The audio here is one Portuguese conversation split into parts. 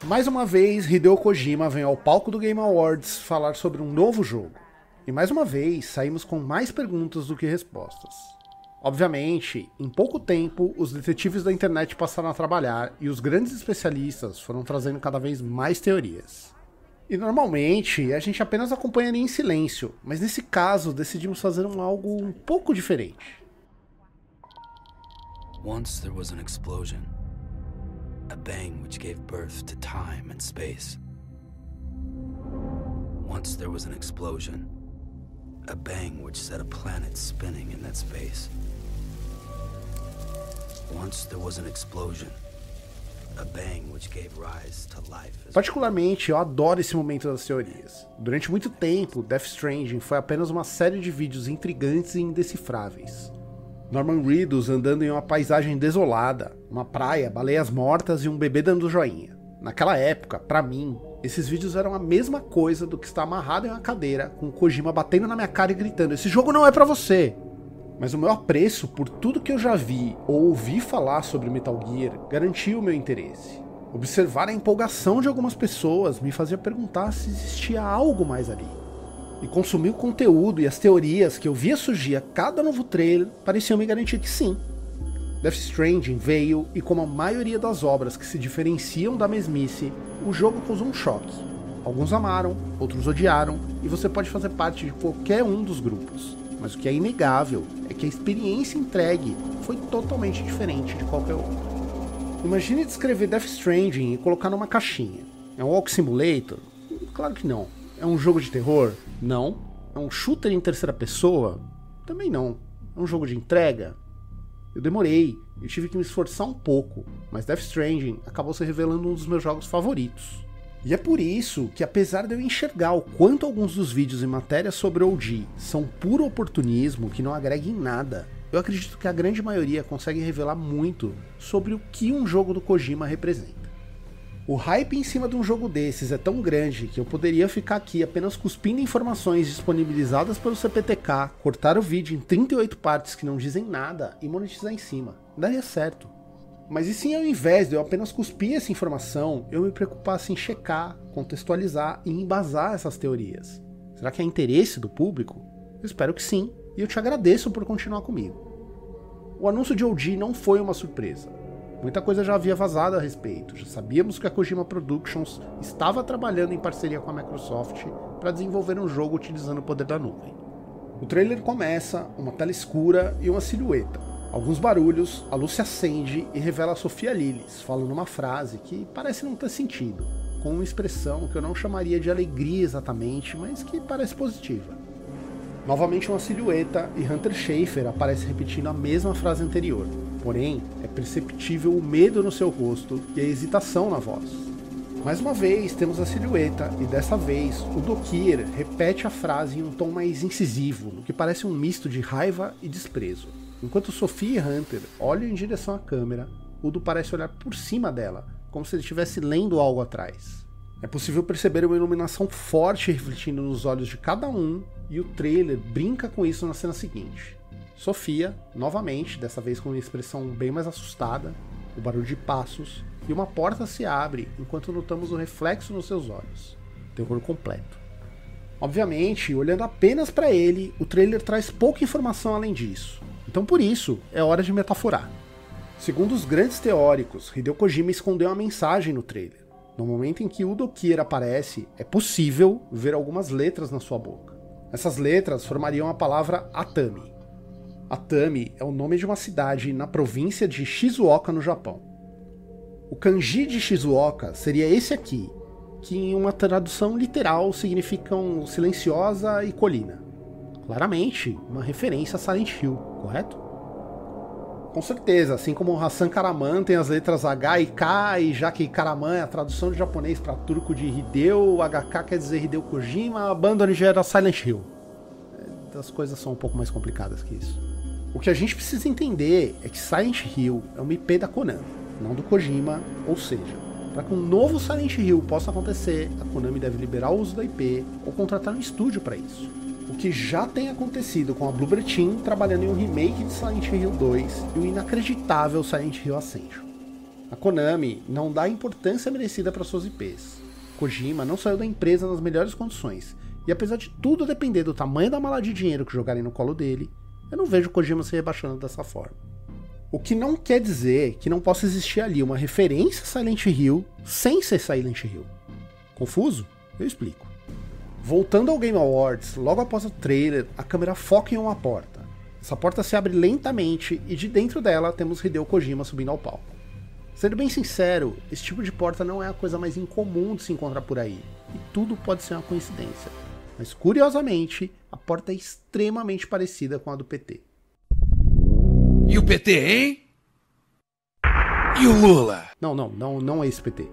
Mais uma vez, Hideo Kojima vem ao palco do Game Awards falar sobre um novo jogo. E mais uma vez, saímos com mais perguntas do que respostas. Obviamente, em pouco tempo, os detetives da internet passaram a trabalhar e os grandes especialistas foram trazendo cada vez mais teorias. E normalmente, a gente apenas acompanharia em silêncio, mas nesse caso, decidimos fazer algo um pouco diferente. Once there was an explosion. A bang which gave birth to time and space. Once there was an explosion. A bang which set a planet spinning in that space. Once there was an explosion. A bang which gave rise to life. Particularmente, eu adoro esse momento das teorias. Durante muito tempo, Death Stranding foi apenas uma série de vídeos intrigantes e indecifráveis. Norman Reedus andando em uma paisagem desolada, uma praia, baleias mortas e um bebê dando joinha. Naquela época, pra mim, esses vídeos eram a mesma coisa do que estar amarrado em uma cadeira, com o Kojima batendo na minha cara e gritando: "Esse jogo não é pra você!" Mas o meu apreço por tudo que eu já vi ou ouvi falar sobre Metal Gear garantiu o meu interesse. Observar a empolgação de algumas pessoas me fazia perguntar se existia algo mais ali. E consumir o conteúdo e as teorias que eu via surgir a cada novo trailer pareciam me garantir que sim. Death Stranding veio e, como a maioria das obras que se diferenciam da mesmice, o jogo causou um choque. Alguns amaram, outros odiaram, e você pode fazer parte de qualquer um dos grupos. Mas o que é inegável é que a experiência entregue foi totalmente diferente de qualquer outra. Imagine descrever Death Stranding e colocar numa caixinha. É um Walk Simulator? Claro que não. É um jogo de terror? Não. É um shooter em terceira pessoa? Também não. É um jogo de entrega? Eu demorei, eu tive que me esforçar um pouco, mas Death Stranding acabou se revelando um dos meus jogos favoritos. E é por isso que, apesar de eu enxergar o quanto alguns dos vídeos e matérias sobre OG são puro oportunismo que não agrega em nada, eu acredito que a grande maioria consegue revelar muito sobre o que um jogo do Kojima representa. O hype em cima de um jogo desses é tão grande que eu poderia ficar aqui apenas cuspindo informações disponibilizadas pelo CPTK, cortar o vídeo em 38 partes que não dizem nada e monetizar em cima. Daria certo. Mas e se ao invés de eu apenas cuspir essa informação, eu me preocupasse em checar, contextualizar e embasar essas teorias? Será que é interesse do público? Eu espero que sim, e eu te agradeço por continuar comigo. O anúncio de OG não foi uma surpresa. Muita coisa já havia vazado a respeito, já sabíamos que a Kojima Productions estava trabalhando em parceria com a Microsoft para desenvolver um jogo utilizando o poder da nuvem. O trailer começa, uma tela escura e uma silhueta. Alguns barulhos, a luz se acende e revela a Sofia Lillis, falando uma frase que parece não ter sentido, com uma expressão que eu não chamaria de alegria exatamente, mas que parece positiva. Novamente uma silhueta e Hunter Schafer aparece repetindo a mesma frase anterior. Porém, é perceptível o medo no seu rosto e a hesitação na voz. Mais uma vez, temos a silhueta e dessa vez, o Dokir repete a frase em um tom mais incisivo, no que parece um misto de raiva e desprezo. Enquanto Sophie e Hunter olham em direção à câmera, Udo parece olhar por cima dela, como se ele estivesse lendo algo atrás. É possível perceber uma iluminação forte refletindo nos olhos de cada um, e o trailer brinca com isso na cena seguinte. Sofia, novamente, dessa vez com uma expressão bem mais assustada, o barulho de passos, e uma porta se abre enquanto notamos o reflexo nos seus olhos. Terror completo. Obviamente, olhando apenas para ele, o trailer traz pouca informação além disso. Então por isso, é hora de metaforar. Segundo os grandes teóricos, Hideo Kojima escondeu uma mensagem no trailer. No momento em que Udo Kier aparece, é possível ver algumas letras na sua boca. Essas letras formariam a palavra Atami. Atami é o nome de uma cidade na província de Shizuoka, no Japão. O kanji de Shizuoka seria esse aqui, que em uma tradução literal significam silenciosa e colina. Claramente, uma referência a Silent Hill, correto? Com certeza, assim como o Hassan Karaman tem as letras H e K, e já que Karaman é a tradução de japonês para turco de Hideo, HK quer dizer Hideo Kojima, a banda original era Silent Hill. As coisas são um pouco mais complicadas que isso. O que a gente precisa entender é que Silent Hill é uma IP da Konami, não do Kojima, ou seja, para que um novo Silent Hill possa acontecer, a Konami deve liberar o uso da IP ou contratar um estúdio para isso. O que já tem acontecido com a Bloober Team trabalhando em um remake de Silent Hill 2 e o inacreditável Silent Hill Ascension. A Konami não dá a importância merecida para suas IPs. Kojima não saiu da empresa nas melhores condições, e apesar de tudo depender do tamanho da mala de dinheiro que jogarem no colo dele, eu não vejo Kojima se rebaixando dessa forma. O que não quer dizer que não possa existir ali uma referência a Silent Hill sem ser Silent Hill. Confuso? Eu explico. Voltando ao Game Awards, logo após o trailer, a câmera foca em uma porta. Essa porta se abre lentamente e de dentro dela temos Hideo Kojima subindo ao palco. Sendo bem sincero, esse tipo de porta não é a coisa mais incomum de se encontrar por aí, e tudo pode ser uma coincidência. Mas curiosamente, a porta é extremamente parecida com a do PT. E o PT, hein? E o Lula? Não é esse PT.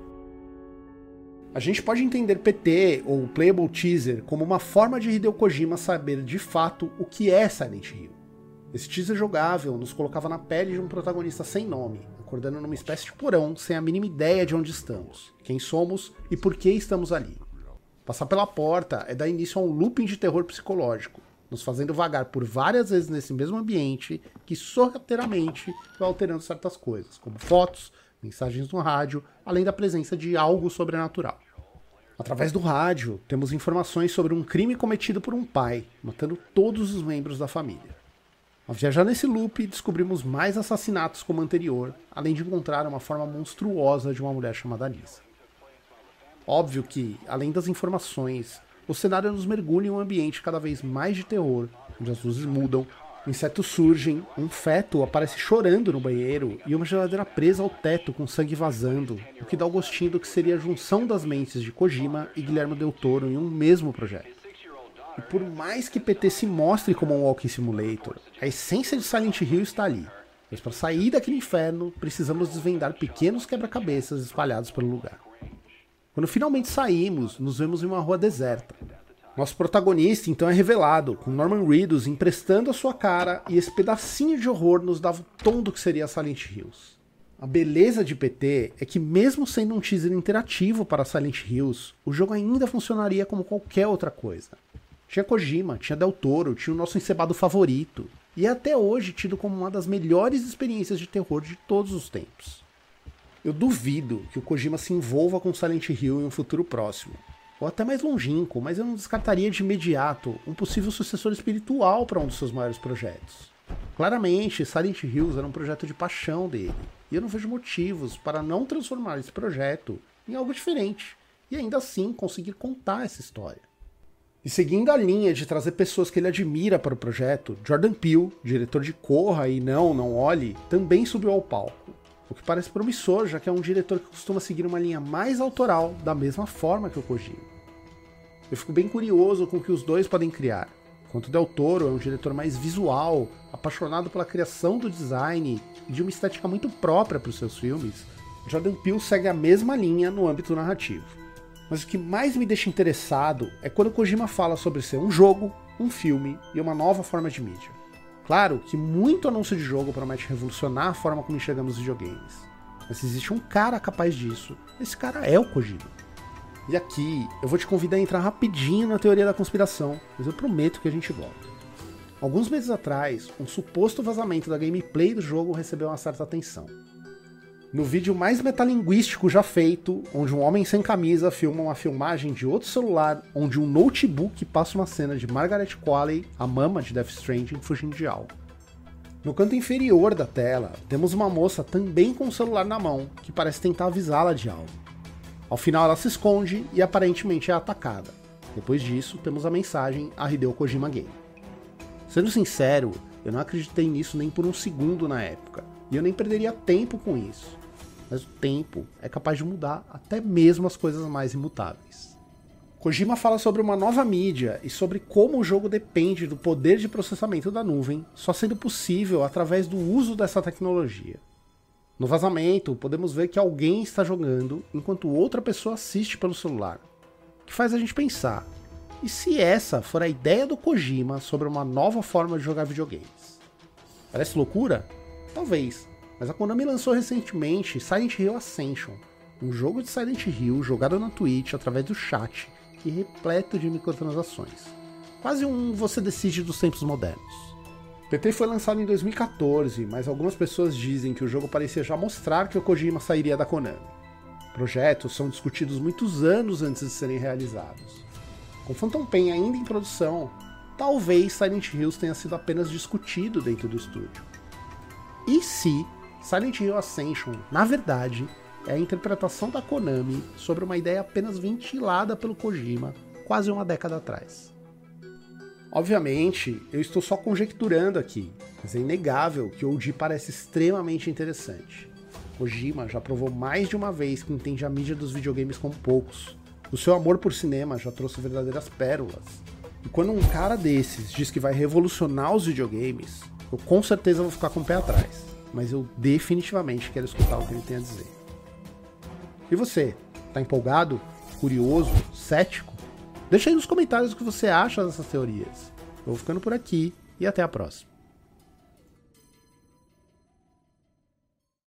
A gente pode entender PT ou Playable Teaser como uma forma de Hideo Kojima saber de fato o que é Silent Hill. Esse teaser jogável nos colocava na pele de um protagonista sem nome, acordando numa espécie de porão sem a mínima ideia de onde estamos, quem somos e por que estamos ali. Passar pela porta é dar início a um looping de terror psicológico, nos fazendo vagar por várias vezes nesse mesmo ambiente que sorrateiramente vai alterando certas coisas, como fotos, mensagens no rádio, além da presença de algo sobrenatural. Através do rádio, temos informações sobre um crime cometido por um pai, matando todos os membros da família. Ao viajar nesse loop, descobrimos mais assassinatos como o anterior, além de encontrar uma forma monstruosa de uma mulher chamada Lisa. Óbvio que, além das informações, o cenário nos mergulha em um ambiente cada vez mais de terror, onde as luzes mudam, insetos surgem, um feto aparece chorando no banheiro e uma geladeira presa ao teto com sangue vazando, o que dá o gostinho do que seria a junção das mentes de Kojima e Guillermo del Toro em um mesmo projeto. E por mais que PT se mostre como um walking simulator, a essência de Silent Hill está ali. Mas para sair daquele inferno, precisamos desvendar pequenos quebra-cabeças espalhados pelo lugar. Quando finalmente saímos, nos vemos em uma rua deserta. Nosso protagonista então é revelado, com Norman Reedus emprestando a sua cara, e esse pedacinho de horror nos dava o tom do que seria Silent Hills. A beleza de PT é que mesmo sendo um teaser interativo para Silent Hills, o jogo ainda funcionaria como qualquer outra coisa. Tinha Kojima, tinha Del Toro, tinha o nosso encebado favorito, e é até hoje tido como uma das melhores experiências de terror de todos os tempos. Eu duvido que o Kojima se envolva com Silent Hill em um futuro próximo, ou até mais longínquo, mas eu não descartaria de imediato um possível sucessor espiritual para um dos seus maiores projetos. Claramente, Silent Hills era um projeto de paixão dele, e eu não vejo motivos para não transformar esse projeto em algo diferente, e ainda assim conseguir contar essa história. E seguindo a linha de trazer pessoas que ele admira para o projeto, Jordan Peele, diretor de Corra e Não Olhe, também subiu ao palco. O que parece promissor, já que é um diretor que costuma seguir uma linha mais autoral, da mesma forma que o Kojima. Eu fico bem curioso com o que os dois podem criar. Enquanto Del Toro é um diretor mais visual, apaixonado pela criação do design e de uma estética muito própria para os seus filmes, Jordan Peele segue a mesma linha no âmbito narrativo. Mas o que mais me deixa interessado é quando Kojima fala sobre ser um jogo, um filme e uma nova forma de mídia. Claro que muito anúncio de jogo promete revolucionar a forma como enxergamos videogames. Mas se existe um cara capaz disso, esse cara é o Kojima. E aqui eu vou te convidar a entrar rapidinho na teoria da conspiração, mas eu prometo que a gente volta. Alguns meses atrás, um suposto vazamento da gameplay do jogo recebeu uma certa atenção. No vídeo mais metalinguístico já feito, onde um homem sem camisa filma uma filmagem de outro celular, onde um notebook passa uma cena de Margaret Qualley, a mama de Death Stranding, fugindo de algo. No canto inferior da tela, temos uma moça também com o celular na mão, que parece tentar avisá-la de algo. Ao final ela se esconde e aparentemente é atacada. Depois disso, temos a mensagem a Hideo Kojima Game. Sendo sincero, eu não acreditei nisso nem por um segundo na época, e eu nem perderia tempo com isso. Mas o tempo é capaz de mudar até mesmo as coisas mais imutáveis. Kojima fala sobre uma nova mídia e sobre como o jogo depende do poder de processamento da nuvem, só sendo possível através do uso dessa tecnologia. No vazamento, podemos ver que alguém está jogando enquanto outra pessoa assiste pelo celular, o que faz a gente pensar, e se essa for a ideia do Kojima sobre uma nova forma de jogar videogames? Parece loucura? Talvez. Mas a Konami lançou recentemente Silent Hill Ascension, um jogo de Silent Hill jogado na Twitch através do chat e repleto de microtransações. Quase um você decide dos tempos modernos. PT foi lançado em 2014, mas algumas pessoas dizem que o jogo parecia já mostrar que o Kojima sairia da Konami. Projetos são discutidos muitos anos antes de serem realizados. Com Phantom Pain ainda em produção, talvez Silent Hills tenha sido apenas discutido dentro do estúdio. E se Silent Hill Ascension, na verdade, é a interpretação da Konami sobre uma ideia apenas ventilada pelo Kojima quase uma década atrás? Obviamente, eu estou só conjecturando aqui, mas é inegável que o OG parece extremamente interessante. Kojima já provou mais de uma vez que entende a mídia dos videogames como poucos. O seu amor por cinema já trouxe verdadeiras pérolas. E quando um cara desses diz que vai revolucionar os videogames, eu com certeza vou ficar com o pé atrás. Mas eu definitivamente quero escutar o que ele tem a dizer. E você? Tá empolgado? Curioso? Cético? Deixa aí nos comentários o que você acha dessas teorias. Eu vou ficando por aqui e até a próxima.